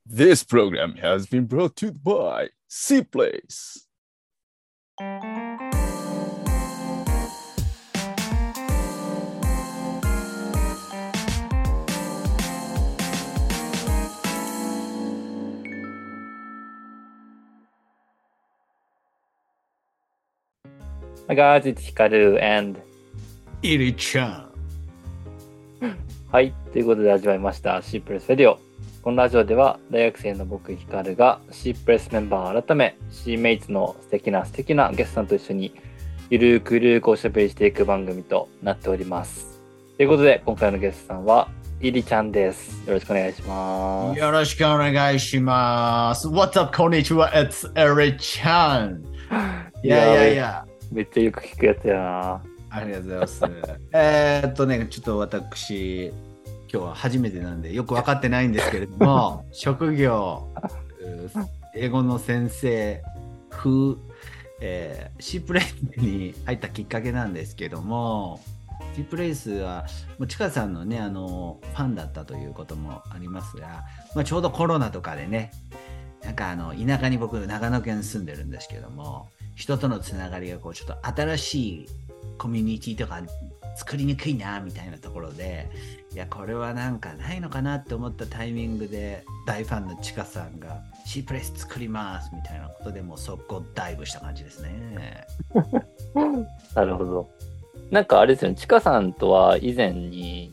This program has been brought to you by C-Place. Hi guys, it's Hikaru and イリちゃん。 はい、ということで始まりましたシープレスレディオ。このラジオでは大学生の僕ヒカルがシープレスメンバー改めシーメイツの素敵なゲストさんと一緒にゆるーくおしゃべりしていく番組となっております。ということで今回のゲストさんはイリちゃんです。よろしくお願いします。 よろしくお願いします。What's up, こんにちは、It's イリちゃん。いや。 めっちゃよく聞くやつやな。 ありがとうございます。ちょっと私、今日は初めてなんでよく分かってないんですけれども、職業、英語の先生風、シープレイスに入ったきっかけなんですけども、シープレイスはもうちかさんのね、ファンだったということもありますが、ちょうどコロナとかでね、なんか田舎に僕長野県に住んでるんですけども、人とのつながりがこうちょっと新しいコミュニティとか作りにくいなみたいなところで、いやこれはなんかないのかなって思ったタイミングで大ファンのちかさんがシープレイス作りますみたいなことでもう速攻ダイブした感じですね。 なるほど。なんかあれですよね、ちかさんとは以前に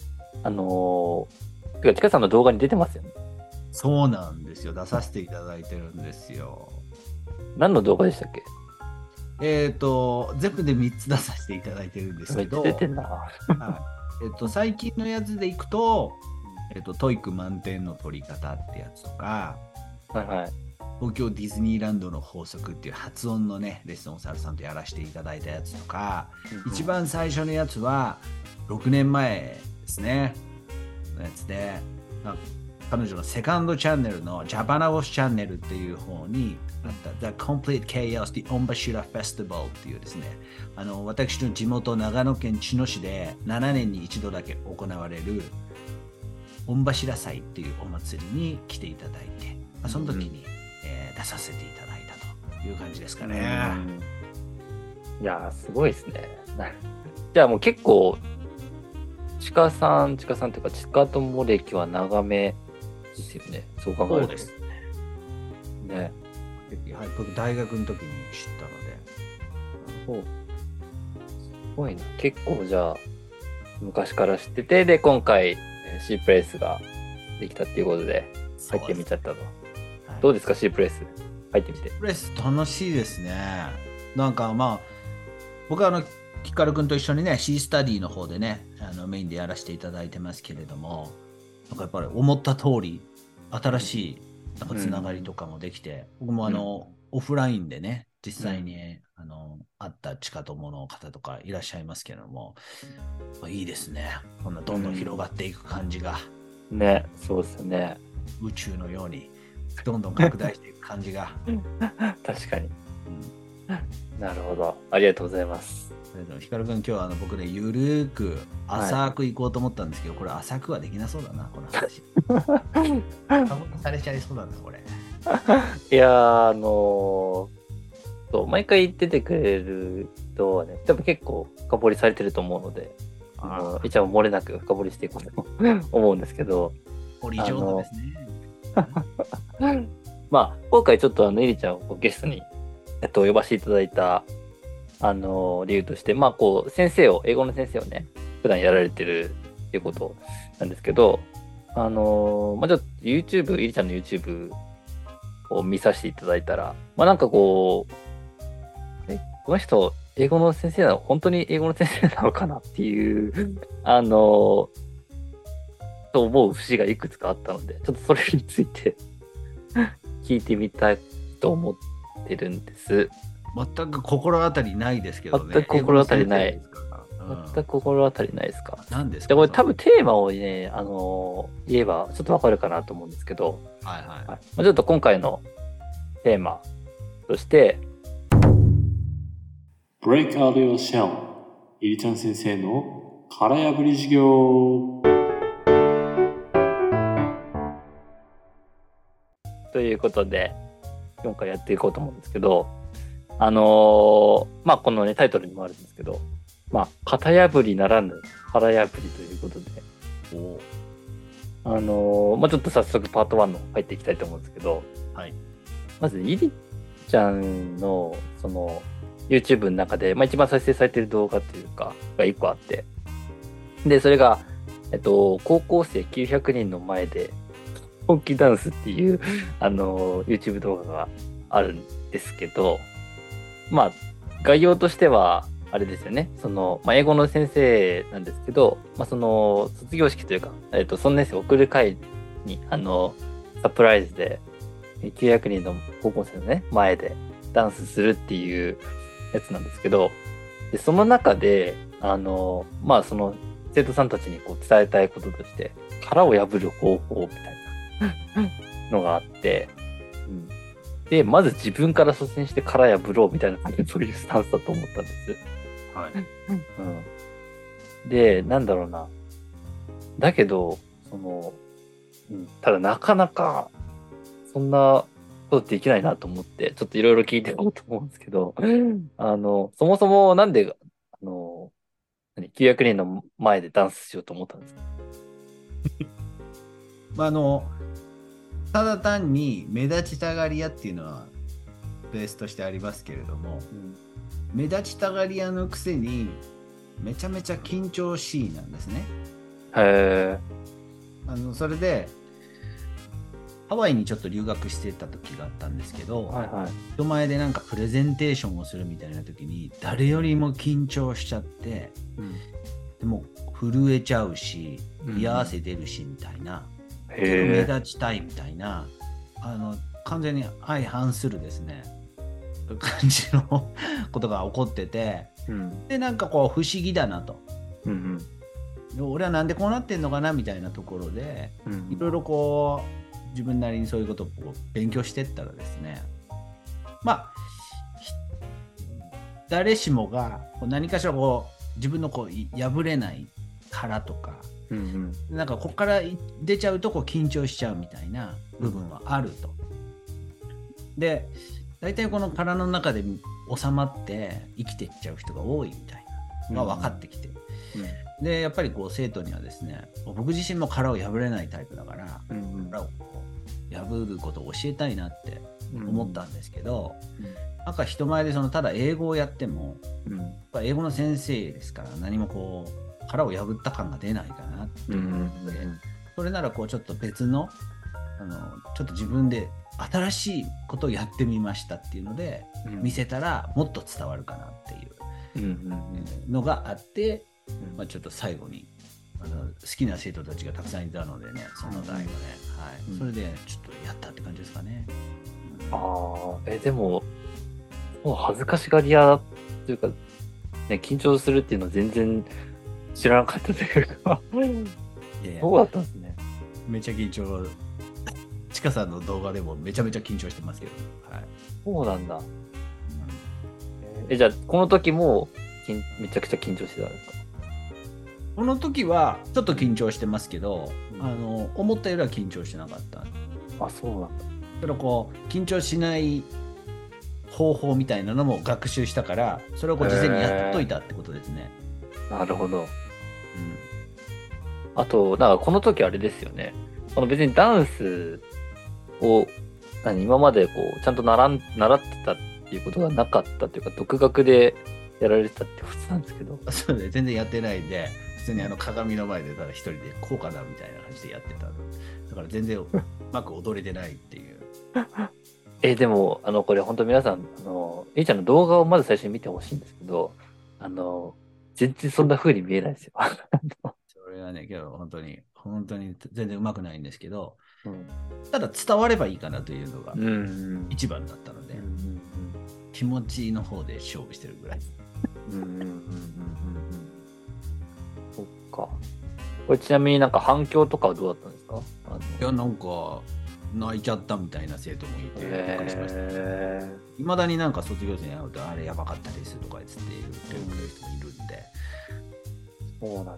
ちかさんの動画に出てますよね。 そうなんですよ、出させていただいてるんですよ。 何の動画でしたっけ？ 全部で3つ出させていただいてるんですけど、 出てんな。 最近のやつでいくと、トイック満点の取り方ってやつとか、 はいはい、 東京ディズニーランドの法則っていう発音のねレッスンをサルさんとやらせていただいたやつとか、一番最初のやつは6年前ですねのやつで、彼女のセカンドチャンネルのジャパナゴスチャンネルっていう方にあった The Complete Chaos The 御柱 Festival っていうですね、私の地元長野県茅野市で7年に一度だけ行われる御柱祭っていうお祭りに来ていただいて、その時に、出させていただいたという感じですかね。 いやすごいですね。じゃあもう結構ちかさんというかちかとも歴は長めですよね。そう考えると。そうですね。 はい、僕大学の時に知ったので。 すごいな。結構じゃあ昔から知ってて、で今回シープレイスができたっていうことで入ってみちゃったと。どうですか、シープレイス入ってみて。 シープレイス楽しいですね。なんか僕はヒカル君と一緒にね、シースタディの方でね、メインでやらせていただいてますけれども、なんかやっぱり思った通り新しいなんかつながりとかもできて、僕もオフラインでね実際に、会ったちかともの方とかいらっしゃいますけれども、いいですね。こんなどんどん広がっていく感じが、 ね、そうですよね。 宇宙のようにどんどん拡大していく感じが確かに、なるほど、ありがとうございます。 ヒカル君、今日は僕ねゆるーく浅く行こうと思ったんですけど、これ浅くはできなそうだな、この話されちゃいそうだなこれ。 いやそう毎回出てくれる人はね、多分結構深掘りされてると思うので、一応漏れなく深掘りしていこうと思うんですけど、 掘り上手ですね。 今回ちょっとイリちゃんをゲストに呼ばせていただいた理由として、先生を、英語の先生をね普段やられてるっていうことなんですけど、ちょっと YouTube、イリちゃんの YouTube を見させていただいたら、なんかこの人英語の先生なの、本当に英語の先生なのかなっていうと思う節がいくつかあったので、ちょっとそれについて聞いてみたいと思ってるんです。 全く心当たりないですけどね。 全く心当たりない。全く心当たりないですか。 何ですか。 これ多分テーマをね、言えばちょっとわかるかなと思うんですけど、ちょっと今回のテーマとして、 Break out your shell、 イリちゃん先生の殻破り授業。 ということで、今回やっていこうと思うんですけど、まあ、このね、タイトルにもあるんですけど、まあ、型破りならぬ腹破りということで、まあ、ちょっと早速パート1の入っていきたいと思うんですけど、 はい。 まず、イリちゃんの、その、YouTube の中で、まあ、一番再生されている動画というか、が一個あって、で、それが、高校生900人の前で、本気ダンスっていう、YouTube 動画があるんですけど、まあ、概要としては、あれですよね。まあ、英語の先生なんですけど、まあ、卒業式というか、その年生を送る会に、サプライズで、900人の高校生のね、前でダンスするっていうやつなんですけど、で、その中で、まあ、生徒さんたちにこう伝えたいこととして、殻を破る方法みたいなのがあって、で、まず自分から率先して殻破ろうみたいな、そういうスタンスだと思ったんです。 はい。 で、なんだろうな。だけど、ただなかなか、そんなことできないなと思って、ちょっといろいろ聞いていこうと思うんですけど、そもそもなんで、900人の前でダンスしようと思ったんですか？ まあ、ただ単に目立ちたがり屋っていうのはベースとしてありますけれども、目立ちたがり屋のくせにめちゃめちゃ緊張しいなんですね。 へー。それでハワイにちょっと留学してた時があったんですけど、人前でなんかプレゼンテーションをするみたいな時に誰よりも緊張しちゃって、でも震えちゃうし、冷や汗出るしみたいな、目立ちたいみたいな、完全に相反するですね感じのことが起こってて、でなんかこう不思議だなと、俺はなんでこうなってんのかなみたいなところで、いろいろこう自分なりにそういうことをこう勉強してったらですね、まあ誰しもが何かしらこう自分のこう破れない殻とか、なんかここから出ちゃうとこう緊張しちゃうみたいな部分はあると。で大体この殻の中で収まって生きていっちゃう人が多いみたいなのが分かってきて、でやっぱりこう生徒にはですね、僕自身も殻を破れないタイプだから、殻をこう破ることを教えたいなって思ったんですけど、なんか人前でただ英語をやっても、やっぱ英語の先生ですから何もこう殻を破った感が出ないかなって思って、それならこうちょっと別のちょっと自分で新しいことをやってみましたっていうので、見せたらもっと伝わるかなっていうのがあって、まあ、ちょっと最後に好きな生徒たちがたくさんいたのでね、その代はね、それでちょっとやったって感じですかね。 でももう恥ずかしがり屋というか、ね、緊張するっていうのは全然知らなかったというかそうだったんですね。 めっちゃ緊張。ちかさんの動画でもめちゃめちゃ緊張してますけど、 そうなんだ。じゃあこの時もめちゃくちゃ緊張してたんですか？ この時はちょっと緊張してますけど、思ったよりは緊張してなかった。 そうなんだ。 それこう緊張しない方法みたいなのも学習したから、それをこう事前にやっといたってことですね。 なるほど。あとなんかこの時あれですよね。別にダンスを今までこうちゃんと習ってたっていうことがなかったというか、独学でやられてたってことなんですけど。 そうね、全然やってないんで、普通に鏡の前でただ一人でこうかなみたいな感じでやってた。だから全然うまく踊れてないっていう。 でもこれ本当皆さんえいちゃんの動画をまず最初に見てほしいんですけど、全然そんな風に見えないですよ。 それはね、けど本当に全然うまくないんですけど、ただ伝わればいいかなというのが一番だったので、気持ちの方で勝負してるぐらい。 そっか。これちなみになんか反響とかはどうだったんですか？ いや、なんか泣いちゃったみたいな生徒もいて、びっくりしました。いまだになんか卒業生に会うと、あれやばかったですとか言って言ってくれる人もいるんで。 そうなんだ。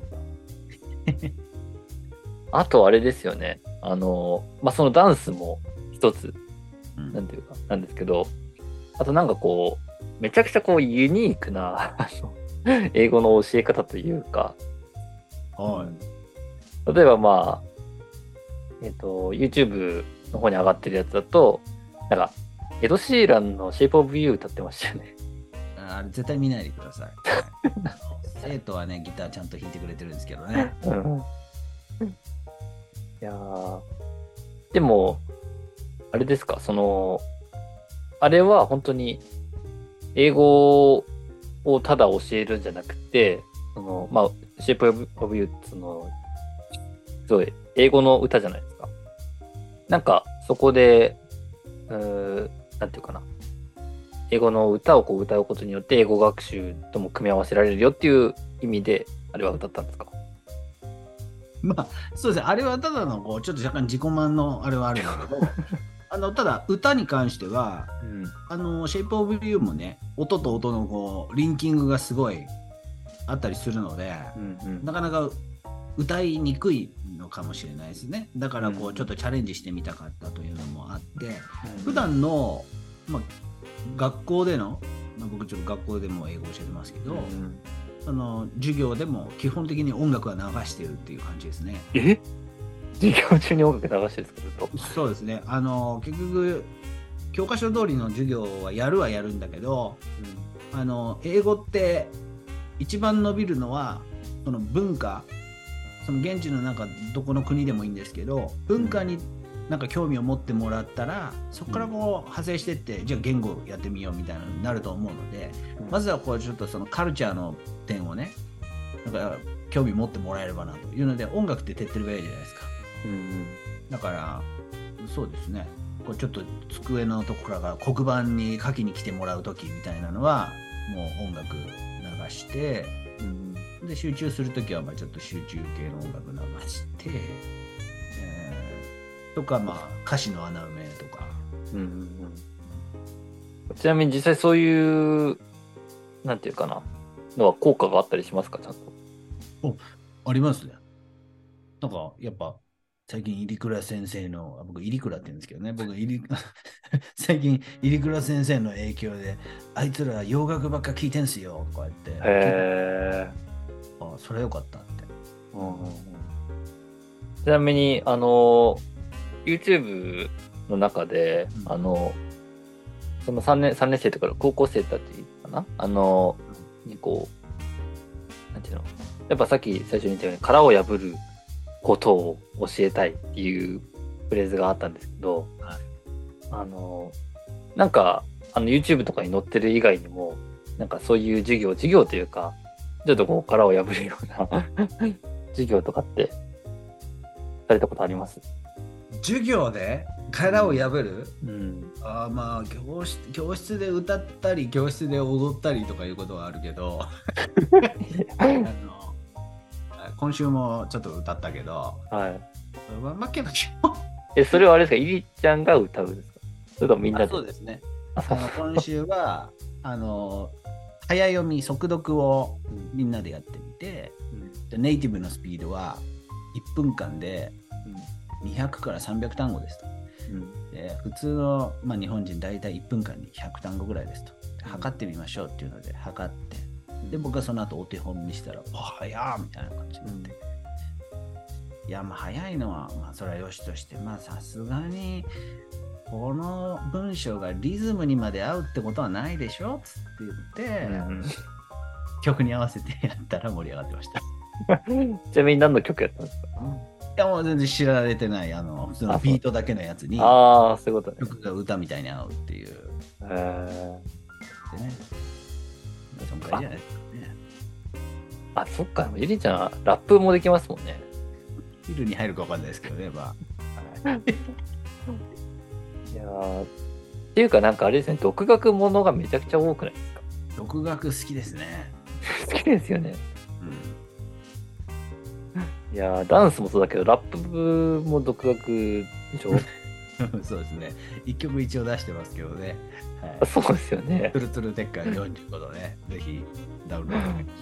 あとあれですよね。そのダンスも一つなんていうか、なんですけど、あとなんかこう、めちゃくちゃこうユニークな英語の教え方というか、 は例えばまあ、YouTube の方に上がってるやつだと、なんか、エド・シーランの Shape of You 歌ってましたよね。 あれ絶対見ないでください。生徒はね、ギターちゃんと弾いてくれてるんですけどね。 いやでも、あれですか、あれは本当に英語をただ教えるんじゃなくて、まあ、Shape of You ってすごい英語の歌じゃないですか。なんか、そこで、なんていうかな。英語の歌をこう歌うことによって英語学習とも組み合わせられるよっていう意味で、あれは歌ったんですか？ まあ、そうですね。あれはただのこうちょっと若干自己満のあれはあるんだけど、ただ歌に関しては、Shape of You もね、音と音のこうリンキングがすごいあったりするので、なかなか歌いにくいのかもしれないですね。だからこうちょっとチャレンジしてみたかったというのもあって、普段の、まあ、学校での、まあ、僕ちょっと学校でも英語教えてますけど、授業でも基本的に音楽は流してるっていう感じですね。 授業中に音楽流してるんですか？ そうですね。結局教科書通りの授業はやるんだけど、英語って一番伸びるのはその文化、その現地のなんかどこの国でもいいんですけど、文化になんか興味を持ってもらったら、そこからこう派生してって、じゃあ言語やってみようみたいなのになると思うので、まずはこうちょっとそのカルチャーの点をね、なんか興味持ってもらえればなというので、音楽って手っ取り早いじゃないですか。だからそうですね、こうちょっと机のところから黒板に書きに来てもらう時みたいなのはもう音楽流して、で集中するときはまあちょっと集中系の音楽流して、とかまあ歌詞の穴埋めとか、 ちなみに実際そういうなんていうかなのは効果があったりしますか？ちゃんと。 ありますね。なんかやっぱ最近入倉先生の、僕入倉って言うんですけどね、最近入倉先生の影響で、あいつら洋楽ばっか聴いてんすよとか言って、それよかったって。 ちなみにYouTube の中で、その3年生とか高校生たちかなにこうなんていうの、やっぱさっき最初に言ったように殻を破ることを教えたいっていうフレーズがあったんですけど、なんかYouTube とかに載ってる以外にもなんかそういう授業というかちょっとこう殻を破るような授業とかってされたことあります？ 授業で殻を破る、まあ教室で歌ったり教室で踊ったりとかいうことはあるけど今週もちょっと歌ったけど、まあけどそれはあれですか、いりちゃんが歌うんですか？それともみんなで？ そうですね。今週は早読み速読をみんなでやってみて、ネイティブのスピードは1分間で200から300単語ですと。で普通の、まあ、日本人大体1分間に100単語ぐらいですと。測ってみましょうっていうので測って、で僕はその後お手本にしたら早みたいな感じになって、いやまあ早いのはまあそれはよしとして、まあさすがにこの文章がリズムにまで合うってことはないでしょつって言って、曲に合わせてやったら盛り上がってましたちなみに何の曲やったんですか？ いやもう全然知られてない普通のビートだけのやつに、 そういうことね、 曲が歌みたいに合うっていう。でね、そんくらいじゃないですかね。 そっか、ゆりちゃんラップもできますもんね。 ヒルに入るかわかんないですけどね、まあ。 いやっていうかなんかあれですね、独学ものがめちゃくちゃ多くないですか？ 独学好きですね。 好きですよね。いやダンスもそうだけどラップも独学でしょ？ そうですね。一曲一応出してますけどね。 そうですよね。 トゥルトゥルテッカー45度ね。ぜひダウンロードして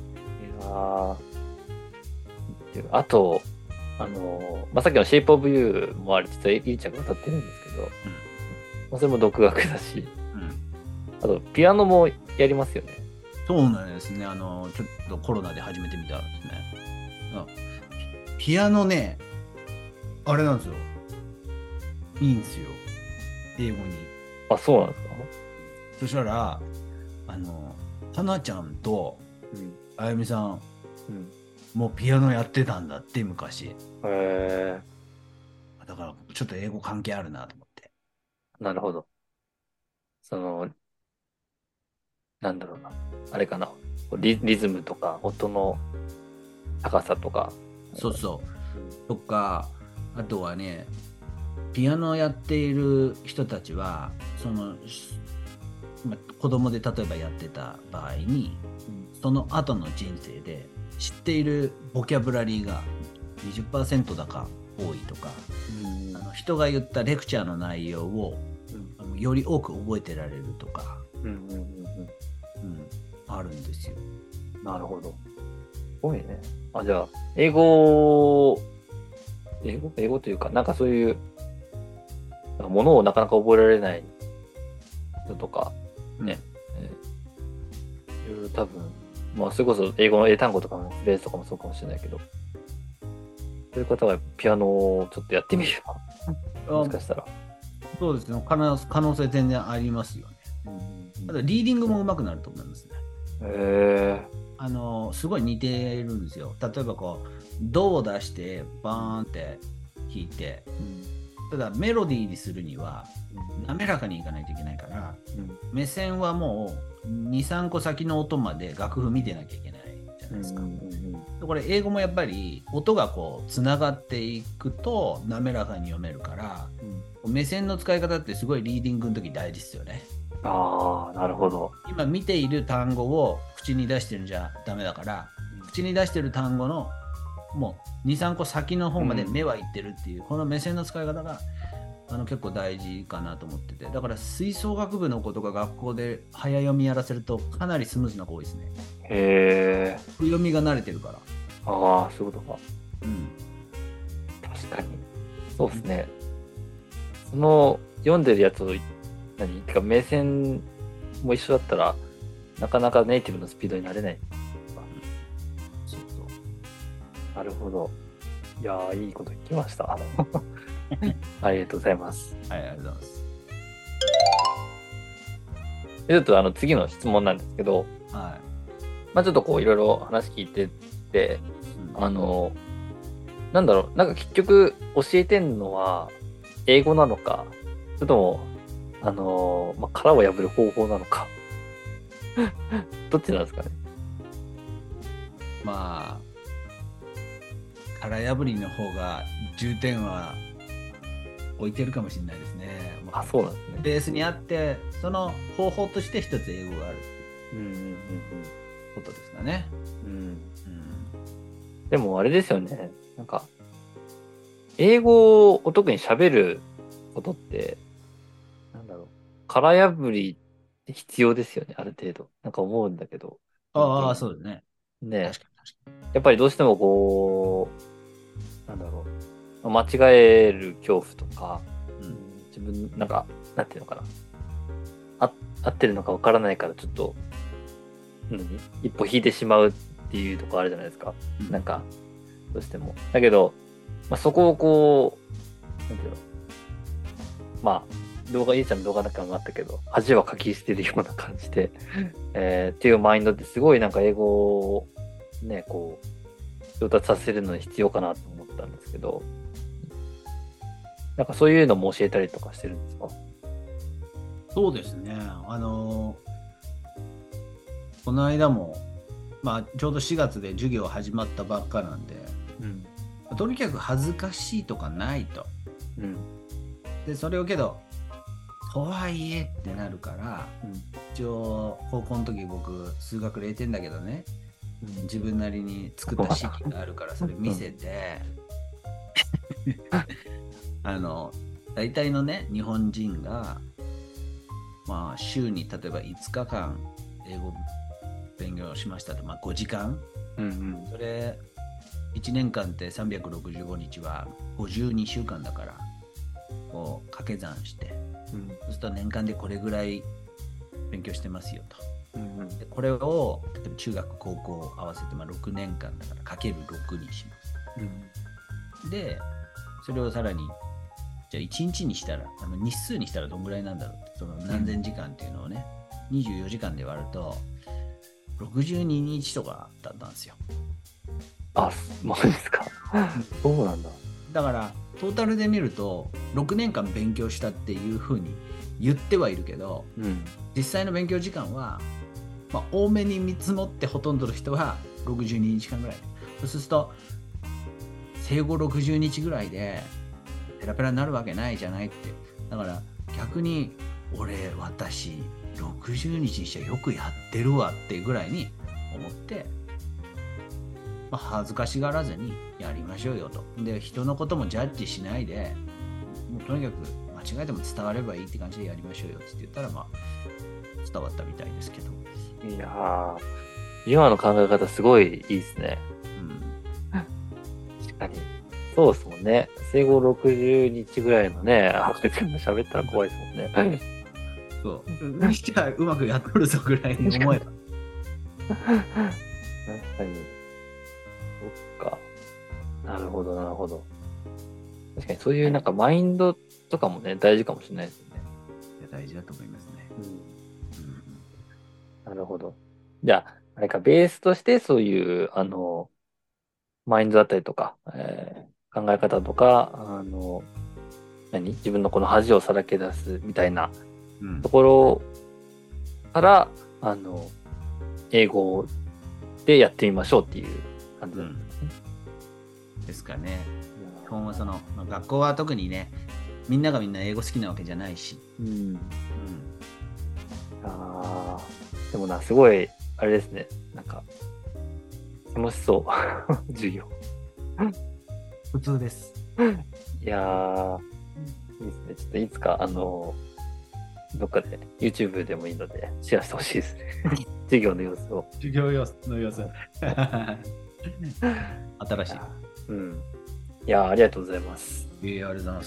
いやあとさっきの Shape of You もあれ実はイリちゃんが歌ってるんですけど、 それも独学だし、 うんあとピアノもやりますよね。 そうなんですね。ちょっとコロナで始めてみたんですね。ピアノね、あれなんですよ。いいんですよ。英語に。 あ、そうなんですか。 そしたら、かなちゃんとうん。 あやみさん、 うん。 もうピアノやってたんだって昔。 へえ。 だからちょっと英語関係あるなと思って。 なるほど。その、なんだろうな。あれかな。リズムとか、音の高さとか。 そうそう。とか、あとはね、ピアノをやっている人たちは、子供で例えばやってた場合に、その後の人生で知っているボキャブラリーが 20% だか多いとか、人が言ったレクチャーの内容を、より多く覚えてられるとか、あるんですよ。 なるほど。すごいね。あ、じゃあ、英語というか、なんかそういう、なんかものをなかなか覚えられない人とか、ね、いろいろ多分、まあ、それこそ英語の英単語とかのフレーズとかもそうかもしれないけど、そういう方はピアノをちょっとやってみれば、もしかしたら。 そうですね。可能性全然ありますよね。あとリーディングも上手くなると思いますね。 へすごい似てるんですよ。例えばこうドを出してバーンって弾いて、ただメロディーにするには滑らかにいかないといけないから、目線はもう 2,3 個先の音まで楽譜見てなきゃいけないじゃないですか。これ英語もやっぱり音がこうつながっていくと滑らかに読めるから、目線の使い方ってすごいリーディングの時大事ですよね。 ああ、なるほど。 今見ている単語を口に出してるんじゃダメだから、口に出してる単語のもう 2,3 個先の方まで目はいってるっていう、この目線の使い方が結構大事かなと思ってて、だから吹奏楽部の子とか学校で早読みやらせるとかなりスムーズな子多いですね。 へえ。 読みが慣れてるから。 ああ、そういうことか。 うん。 確かに。そうですね。その読んでるやつをてか目線も一緒だったらなかなかネイティブのスピードになれない。 そうそう。 なるほど。いやー、いいこと聞きました。ありがとうございます。 はい、ありがとうございます。 ちょっと次の質問なんですけど、 はい。 まあちょっとこういろいろ話聞いてて、なんだろう、なんか結局教えてんのは英語なのか、それとも殻を破る方法なのかどっちなんですかね。 まあ殻破りの方が重点は置いてるかもしれないですね。 あ、そうなんですね。 ベースにあってその方法として一つ英語があるっていうことですかね。 でもあれですよね。なんか英語を特に喋ることってなんだろう、殻破りって必要ですよね、ある程度。なんか思うんだけど。 ああ、そうですね。 ね、 確かに。 やっぱりどうしてもこう、なんだろう、間違える恐怖とか、自分、なんか、なんていうのかな。合ってるのかわからないから、ちょっと、一歩引いてしまうっていうところあるじゃないですか。なんか、どうしても。だけど、そこをこう、なんていうの、イーちゃんの動画なんかもあったけど、恥はかき捨てるような感じで、っていうマインドってすごいなんか英語をね、こう、上達させるのに必要かなと思ったんですけど、なんかそういうのも教えたりとかしてるんですか？ そうですね。この間も、ちょうど4月で授業始まったばっかなんで、とにかく恥ずかしいとかないと。で、それをけど、とはいえってなるから、一応高校の時僕数学0点だけどね、自分なりに作った式があるからそれ見せて大体のね日本人が週に例えば5日間英語勉強しましたと、5時間、それ1年間って365日は52週間だからこう掛け算してそうすると年間でこれぐらい勉強してますよと。 うんでこれを例えば中学高校合わせて6年間だからかける6にします。でそれをさらにじゃあ1日にしたら日数にしたらどんぐらいなんだろうって、その何千時間っていうのをね、24時間で割ると62日とかだったんですよ。 あ、マジですか。そうなんだ。 だからトータルで見ると6年間勉強したっていうふうに言ってはいるけど、実際の勉強時間は、多めに見積もってほとんどの人は62日間ぐらい。そうすると生後60日ぐらいでペラペラになるわけないじゃないって。だから逆に私60日にしてよくやってるわっていうぐらいに思って、恥ずかしがらずにやりましょうよと。で人のこともジャッジしないで、もうとにかく間違えても伝わればいいって感じでやりましょうよって言ったら伝わったみたいですけど。 いやー、今の考え方すごいいいですね。確かに。そうですもんね。生後60日ぐらいのね、喋ったら怖いですもんね。 そう。にしてはうまくやっとるぞぐらいに思えば。 確かに。そっか。なるほど、なるほど。確かにそういうなんかマインドとかもね、大事かもしれないですよね。 いや大事だと思いますね。 なるほど。じゃあ、あれか、ベースとしてそういう、マインドだったりとか、考え方とか、自分のこの恥をさらけ出すみたいなところから、英語でやってみましょうっていう感じなんですね。 ですかね。基本は学校は特にね、みんながみんな英語好きなわけじゃないし。 でもすごい、あれですね、なんか、楽しそう、授業。 普通です。 いやー、いいですね。ちょっといつか、どっかで YouTube でもいいので、シェアしてほしいですね。授業の様子を。 授業の様子。新しい。 いやー、ありがとうございます。 ありがとうございます。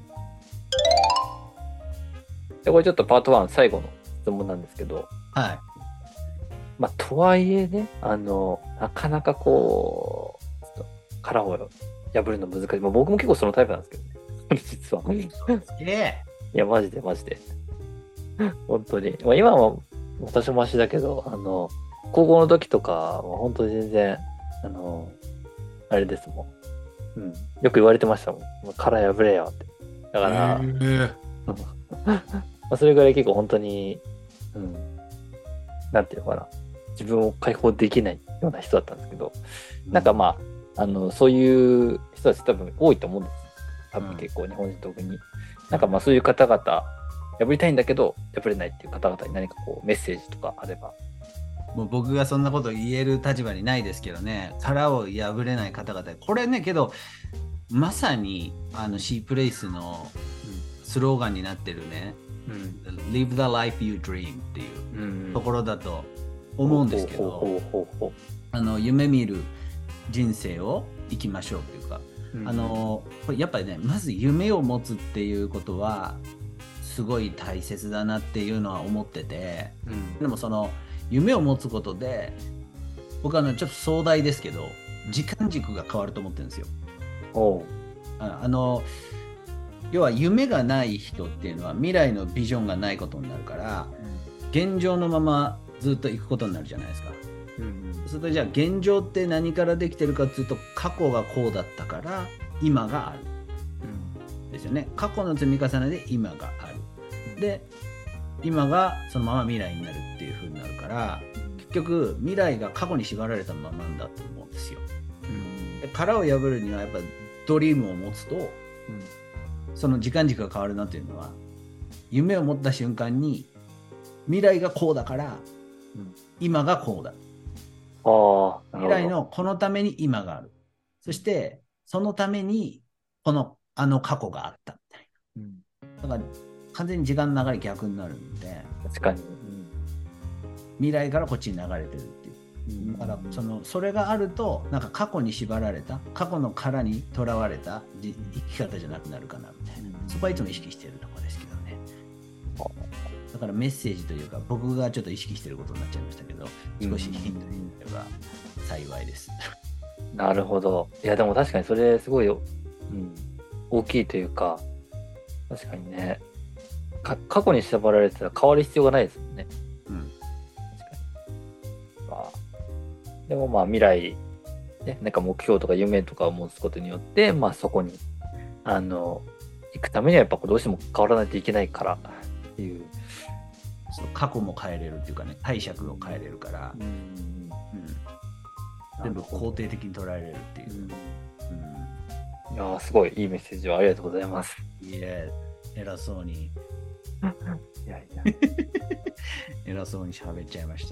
で、これちょっとパート1最後の質問なんですけど、 はい。 とはいえね、なかなかこう、ちょっと殻を破るの難しい。僕も結構そのタイプなんですけどね。実は。いや、マジで。本当に。今は私もマシだけど、高校の時とかは本当に全然、あれですもん。よく言われてましたもん。殻破れよって。だから、それぐらい結構本当に、なんていうのかな。自分を解放できないような人だったんですけど、なんかそういう人たち多分多いと思うんです。多分結構日本人特に。なんかそういう方々、破りたいんだけど、破れないっていう方々に何かこうメッセージとかあれば。 もう僕がそんなこと言える立場にないですけどね、殻を破れない方々、これね、けど、まさにシープレイスのスローガンになってるね、Live the life you dream っていうところだと思うんですけど、夢見る人生を生きましょうっていうか、やっぱりね、まず夢を持つっていうことはすごい大切だなっていうのは思ってて、でも夢を持つことで僕はちょっと壮大ですけど時間軸が変わると思ってるんですよ。要は夢がない人っていうのは未来のビジョンがないことになるから、現状のままずっと行くことになるじゃないですか。それとじゃあ現状って何からできてるかっていうと、過去がこうだったから今がある、ですよね。過去の積み重ねで今がある。で今がそのまま未来になるっていう風になるから、結局未来が過去に縛られたままなんだと思うんですよ。で殻を破るにはやっぱドリームを持つと、その時間軸が変わるなっていうのは、夢を持った瞬間に未来がこうだから、今がこうだ。未来のこのために今がある。そしてそのために過去があったみたいな。だから完全に時間の流れ逆になるんで、 確かに、 未来からこっちに流れてるっていう。だからそれがあると、なんか過去に縛られた、過去の殻にとらわれた生き方じゃなくなるかなみたいな。そこはいつも意識しているところですけどね。 からメッセージというか、僕がちょっと意識してることになっちゃいましたけど、少しヒントになれば幸いです。 なるほど。いや、でも確かにそれすごい、大きいというか、確かにね、過去に縛られてたら変わる必要がないですもんね。 うん。 確かに。まあ、でもまあ未来、ね、なんか目標とか夢とかを持つことによって、まあそこに、行くためにはやっぱどうしても変わらないといけないからっていう。 そう、過去も変えれるっていうかね、解釈を変えれるから、全部肯定的に捉えれるっていう。 いやー、すごいいいメッセージをありがとうございます。 いえ、偉そうに。 いやいや。 偉そうに喋っちゃいました。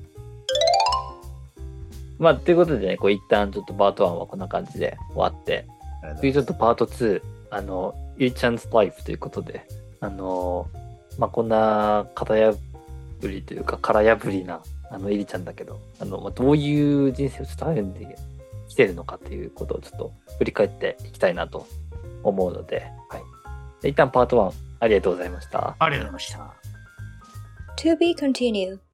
まあ、ということでね、一旦ちょっとパート1はこんな感じで終わって、次ちょっとパート2、ゆいちゃん 's life ということで、まあ、こんな型破りというか、殻破りな、いりちゃんだけど、まあ、どういう人生をちょっと歩んできてるのかということをちょっと振り返っていきたいなと思うので、はい。で一旦パート1、ありがとうございました。 ありがとうございました。 To be continued.